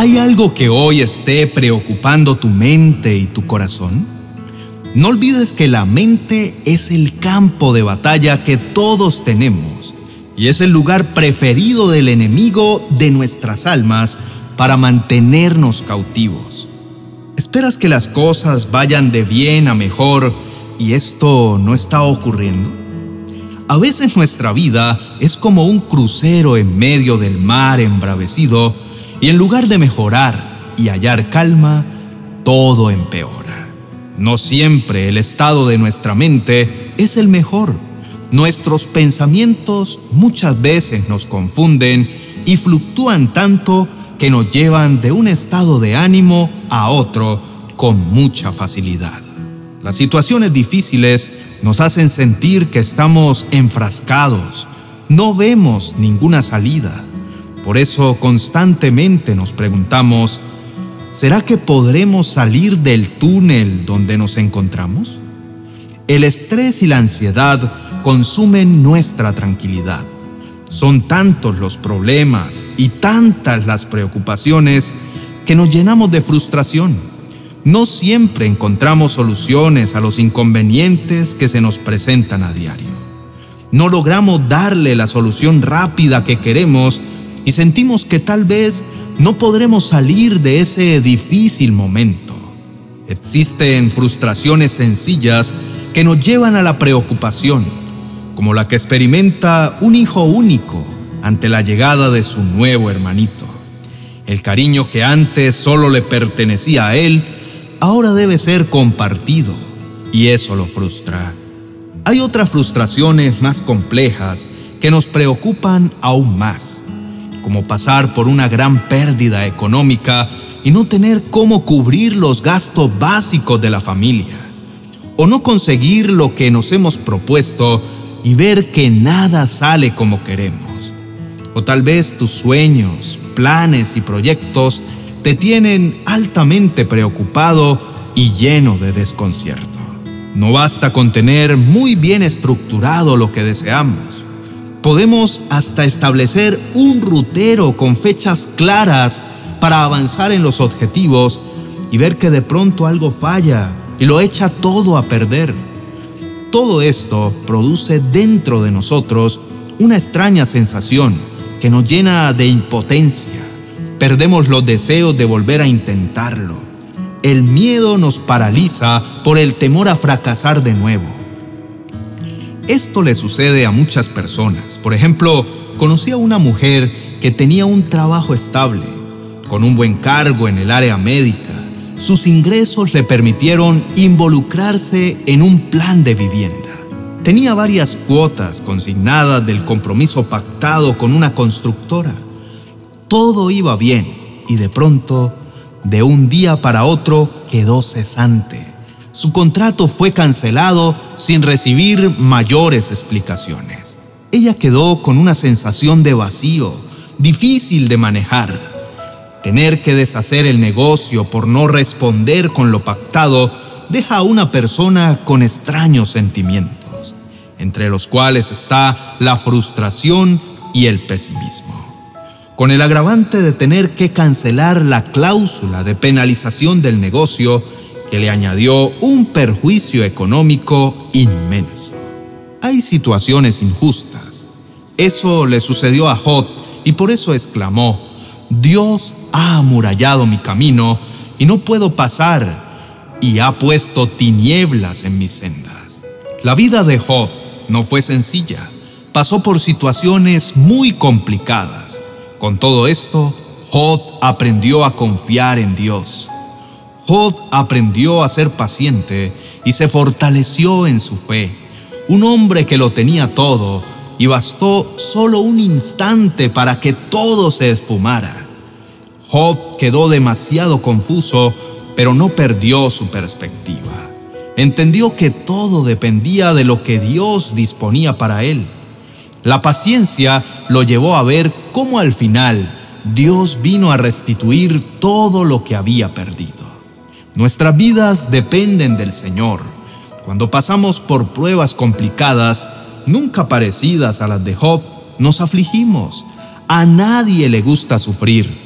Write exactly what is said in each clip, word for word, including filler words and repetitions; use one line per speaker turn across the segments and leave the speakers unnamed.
¿Hay algo que hoy esté preocupando tu mente y tu corazón? No olvides que la mente es el campo de batalla que todos tenemos y es el lugar preferido del enemigo de nuestras almas para mantenernos cautivos. ¿Esperas que las cosas vayan de bien a mejor y esto no está ocurriendo? A veces nuestra vida es como un crucero en medio del mar embravecido y en lugar de mejorar y hallar calma, todo empeora. No siempre el estado de nuestra mente es el mejor. Nuestros pensamientos muchas veces nos confunden y fluctúan tanto que nos llevan de un estado de ánimo a otro con mucha facilidad. Las situaciones difíciles nos hacen sentir que estamos enfrascados, no vemos ninguna salida. Por eso constantemente nos preguntamos, ¿será que podremos salir del túnel donde nos encontramos? El estrés y la ansiedad consumen nuestra tranquilidad. Son tantos los problemas y tantas las preocupaciones que nos llenamos de frustración. No siempre encontramos soluciones a los inconvenientes que se nos presentan a diario. No logramos darle la solución rápida que queremos y sentimos que tal vez no podremos salir de ese difícil momento. Existen frustraciones sencillas que nos llevan a la preocupación, como la que experimenta un hijo único ante la llegada de su nuevo hermanito. El cariño que antes solo le pertenecía a él, ahora debe ser compartido, y eso lo frustra. Hay otras frustraciones más complejas que nos preocupan aún más, como pasar por una gran pérdida económica y no tener cómo cubrir los gastos básicos de la familia, o no conseguir lo que nos hemos propuesto y ver que nada sale como queremos. O tal vez tus sueños, planes y proyectos te tienen altamente preocupado y lleno de desconcierto. No basta con tener muy bien estructurado lo que deseamos. Podemos hasta establecer un rutero con fechas claras para avanzar en los objetivos y ver que de pronto algo falla y lo echa todo a perder. Todo esto produce dentro de nosotros una extraña sensación que nos llena de impotencia. Perdemos los deseos de volver a intentarlo. El miedo nos paraliza por el temor a fracasar de nuevo. Esto le sucede a muchas personas. Por ejemplo, conocí a una mujer que tenía un trabajo estable, con un buen cargo en el área médica. Sus ingresos le permitieron involucrarse en un plan de vivienda. Tenía varias cuotas consignadas del compromiso pactado con una constructora. Todo iba bien y de pronto, de un día para otro, quedó cesante. Su contrato fue cancelado sin recibir mayores explicaciones. Ella quedó con una sensación de vacío, difícil de manejar. Tener que deshacer el negocio por no responder con lo pactado deja a una persona con extraños sentimientos, entre los cuales está la frustración y el pesimismo. Con el agravante de tener que cancelar la cláusula de penalización del negocio que le añadió un perjuicio económico inmenso. Hay situaciones injustas. Eso le sucedió a Job y por eso exclamó: Dios ha amurallado mi camino y no puedo pasar, y ha puesto tinieblas en mis sendas. La vida de Job no fue sencilla. Pasó por situaciones muy complicadas. Con todo esto, Job aprendió a confiar en Dios. Job aprendió a ser paciente y se fortaleció en su fe. Un hombre que lo tenía todo y bastó solo un instante para que todo se esfumara. Job quedó demasiado confuso, pero no perdió su perspectiva. Entendió que todo dependía de lo que Dios disponía para él. La paciencia lo llevó a ver cómo al final Dios vino a restituir todo lo que había perdido. Nuestras vidas dependen del Señor. Cuando pasamos por pruebas complicadas, nunca parecidas a las de Job, nos afligimos. A nadie le gusta sufrir,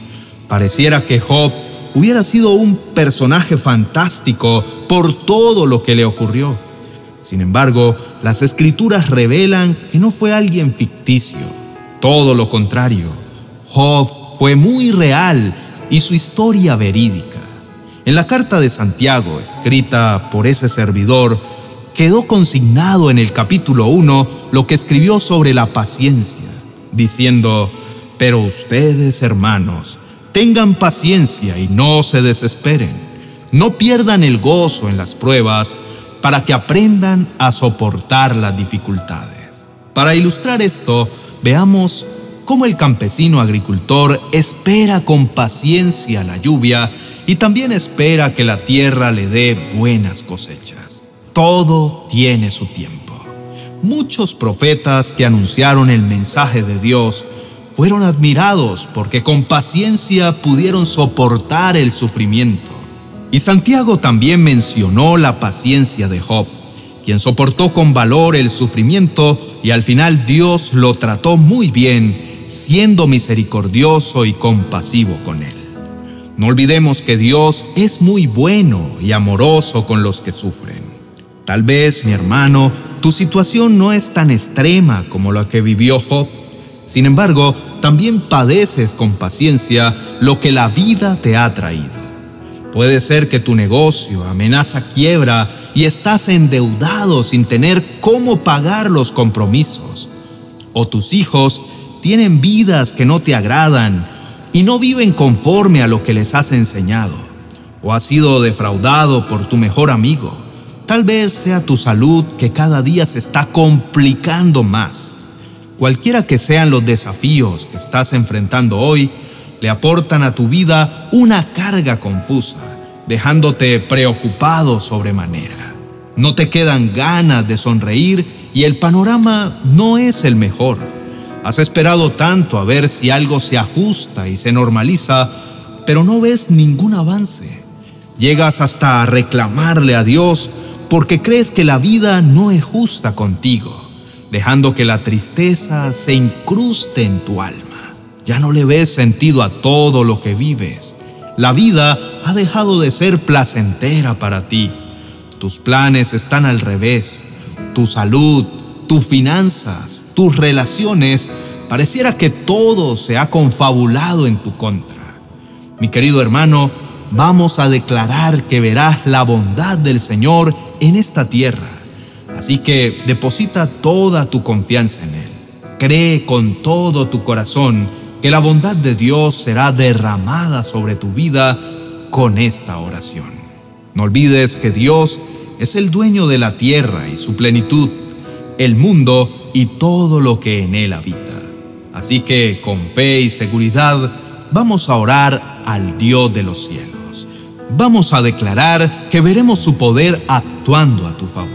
Pareciera que Job hubiera sido un personaje fantástico por todo lo que le ocurrió. Sin embargo, las Escrituras revelan que no fue alguien ficticio. Todo lo contrario, Job fue muy real y su historia verídica. En la carta de Santiago, escrita por ese servidor, quedó consignado en el capítulo uno lo que escribió sobre la paciencia, diciendo: «Pero ustedes, hermanos, tengan paciencia y no se desesperen. No pierdan el gozo en las pruebas, para que aprendan a soportar las dificultades». Para ilustrar esto, veamos cómo el campesino agricultor espera con paciencia la lluvia y también espera que la tierra le dé buenas cosechas. Todo tiene su tiempo. Muchos profetas que anunciaron el mensaje de Dios fueron admirados porque con paciencia pudieron soportar el sufrimiento. Y Santiago también mencionó la paciencia de Job, quien soportó con valor el sufrimiento y al final Dios lo trató muy bien, siendo misericordioso y compasivo con él. No olvidemos que Dios es muy bueno y amoroso con los que sufren. Tal vez, mi hermano, tu situación no es tan extrema como la que vivió Job. Sin embargo, también padeces con paciencia lo que la vida te ha traído. Puede ser que tu negocio amenaza quiebra y estás endeudado sin tener cómo pagar los compromisos. O tus hijos tienen vidas que no te agradan y no viven conforme a lo que les has enseñado. O has sido defraudado por tu mejor amigo. Tal vez sea tu salud que cada día se está complicando más. Cualquiera que sean los desafíos que estás enfrentando hoy, le aportan a tu vida una carga confusa, dejándote preocupado sobremanera. No te quedan ganas de sonreír y el panorama no es el mejor. Has esperado tanto a ver si algo se ajusta y se normaliza, pero no ves ningún avance. Llegas hasta a reclamarle a Dios porque crees que la vida no es justa contigo, dejando que la tristeza se incruste en tu alma. Ya no le ves sentido a todo lo que vives. La vida ha dejado de ser placentera para ti. Tus planes están al revés. Tu salud, tus finanzas, tus relaciones, pareciera que todo se ha confabulado en tu contra. Mi querido hermano, vamos a declarar que verás la bondad del Señor en esta tierra. Así que deposita toda tu confianza en Él. Cree con todo tu corazón que la bondad de Dios será derramada sobre tu vida con esta oración. No olvides que Dios es el dueño de la tierra y su plenitud, el mundo y todo lo que en él habita. Así que con fe y seguridad vamos a orar al Dios de los cielos. Vamos a declarar que veremos su poder actuando a tu favor.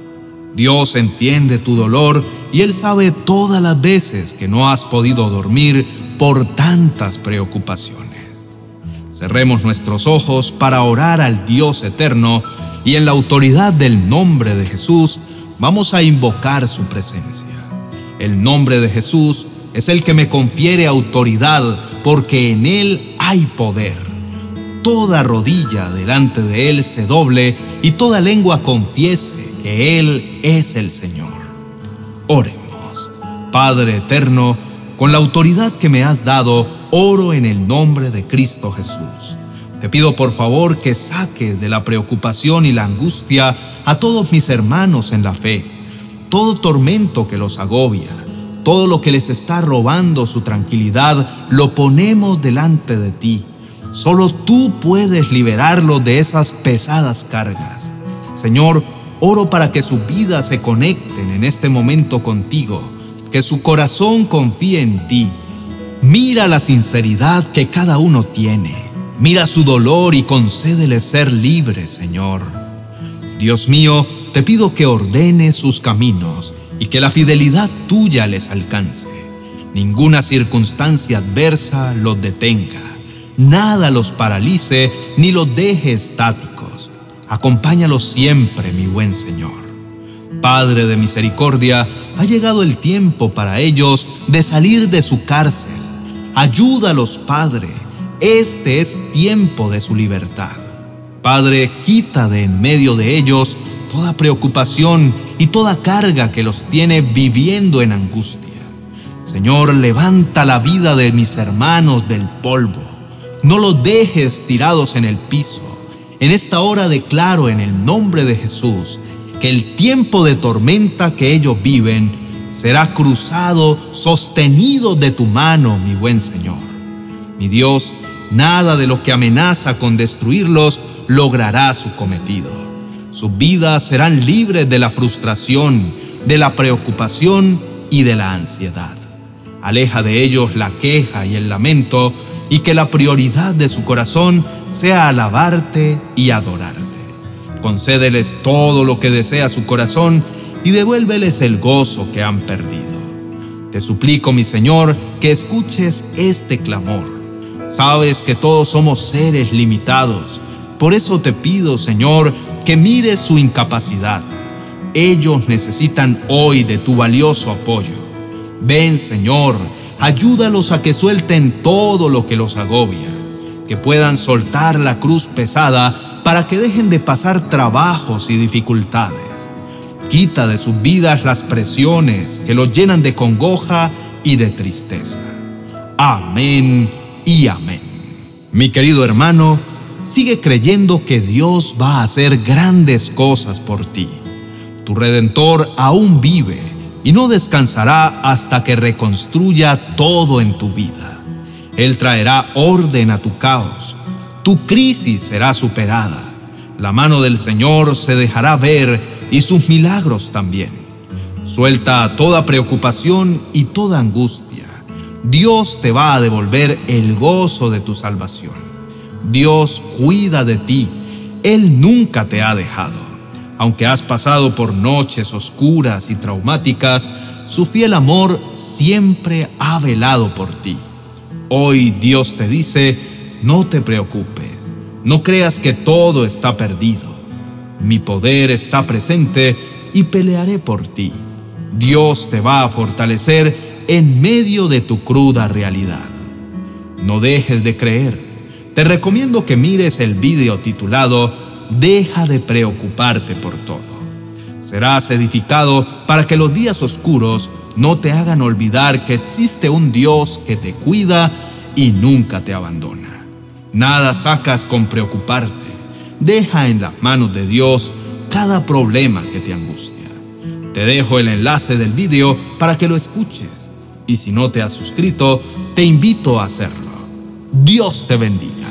Dios entiende tu dolor y Él sabe todas las veces que no has podido dormir por tantas preocupaciones. Cerremos nuestros ojos para orar al Dios eterno y en la autoridad del nombre de Jesús vamos a invocar su presencia. El nombre de Jesús es el que me confiere autoridad porque en Él hay poder. Toda rodilla delante de Él se doble y toda lengua confiese que Él es el Señor. Oremos. Padre eterno, con la autoridad que me has dado, oro en el nombre de Cristo Jesús. Te pido por favor que saques de la preocupación y la angustia a todos mis hermanos en la fe. Todo tormento que los agobia, todo lo que les está robando su tranquilidad, lo ponemos delante de ti. Solo tú puedes liberarlos de esas pesadas cargas. Señor, oro para que sus vidas se conecten en este momento contigo, que su corazón confíe en ti. Mira la sinceridad que cada uno tiene. Mira su dolor y concédele ser libre, Señor. Dios mío, te pido que ordenes sus caminos y que la fidelidad tuya les alcance. Ninguna circunstancia adversa los detenga. Nada los paralice ni los deje estáticos. Acompáñalos siempre, mi buen Señor. Padre de misericordia, ha llegado el tiempo para ellos de salir de su cárcel. Ayúdalos, Padre. este es tiempo de su libertad. Padre, quita de en medio de ellos toda preocupación y toda carga que los tiene viviendo en angustia. Señor, levanta la vida de mis hermanos del polvo. No los dejes tirados en el piso. En esta hora declaro en el nombre de Jesús que el tiempo de tormenta que ellos viven será cruzado, sostenido de tu mano, mi buen Señor. Mi Dios, nada de lo que amenaza con destruirlos logrará su cometido. Sus vidas serán libres de la frustración, de la preocupación y de la ansiedad. Aleja de ellos la queja y el lamento, y que la prioridad de su corazón sea alabarte y adorarte. Concédeles todo lo que desea su corazón y devuélveles el gozo que han perdido. Te suplico, mi Señor, que escuches este clamor. Sabes que todos somos seres limitados. Por eso te pido, Señor, que mires su incapacidad. Ellos necesitan hoy de tu valioso apoyo. Ven, Señor, ayúdalos a que suelten todo lo que los agobia, que puedan soltar la cruz pesada para que dejen de pasar trabajos y dificultades. Quita de sus vidas las presiones que los llenan de congoja y de tristeza. Amén y amén. Mi querido hermano, sigue creyendo que Dios va a hacer grandes cosas por ti. Tu Redentor aún vive y no descansará hasta que reconstruya todo en tu vida. Él traerá orden a tu caos. Tu crisis será superada. La mano del Señor se dejará ver y sus milagros también. Suelta toda preocupación y toda angustia. Dios te va a devolver el gozo de tu salvación. Dios cuida de ti. Él nunca te ha dejado. Aunque has pasado por noches oscuras y traumáticas, su fiel amor siempre ha velado por ti. Hoy Dios te dice, no te preocupes, no creas que todo está perdido. Mi poder está presente y pelearé por ti. Dios te va a fortalecer en medio de tu cruda realidad. No dejes de creer. Te recomiendo que mires el video titulado Deja de preocuparte por todo. Serás edificado para que los días oscuros no te hagan olvidar que existe un Dios que te cuida y nunca te abandona. Nada sacas con preocuparte. Deja en las manos de Dios cada problema que te angustia. Te dejo el enlace del video para que lo escuches. Y si no te has suscrito, te invito a hacerlo. Dios te bendiga.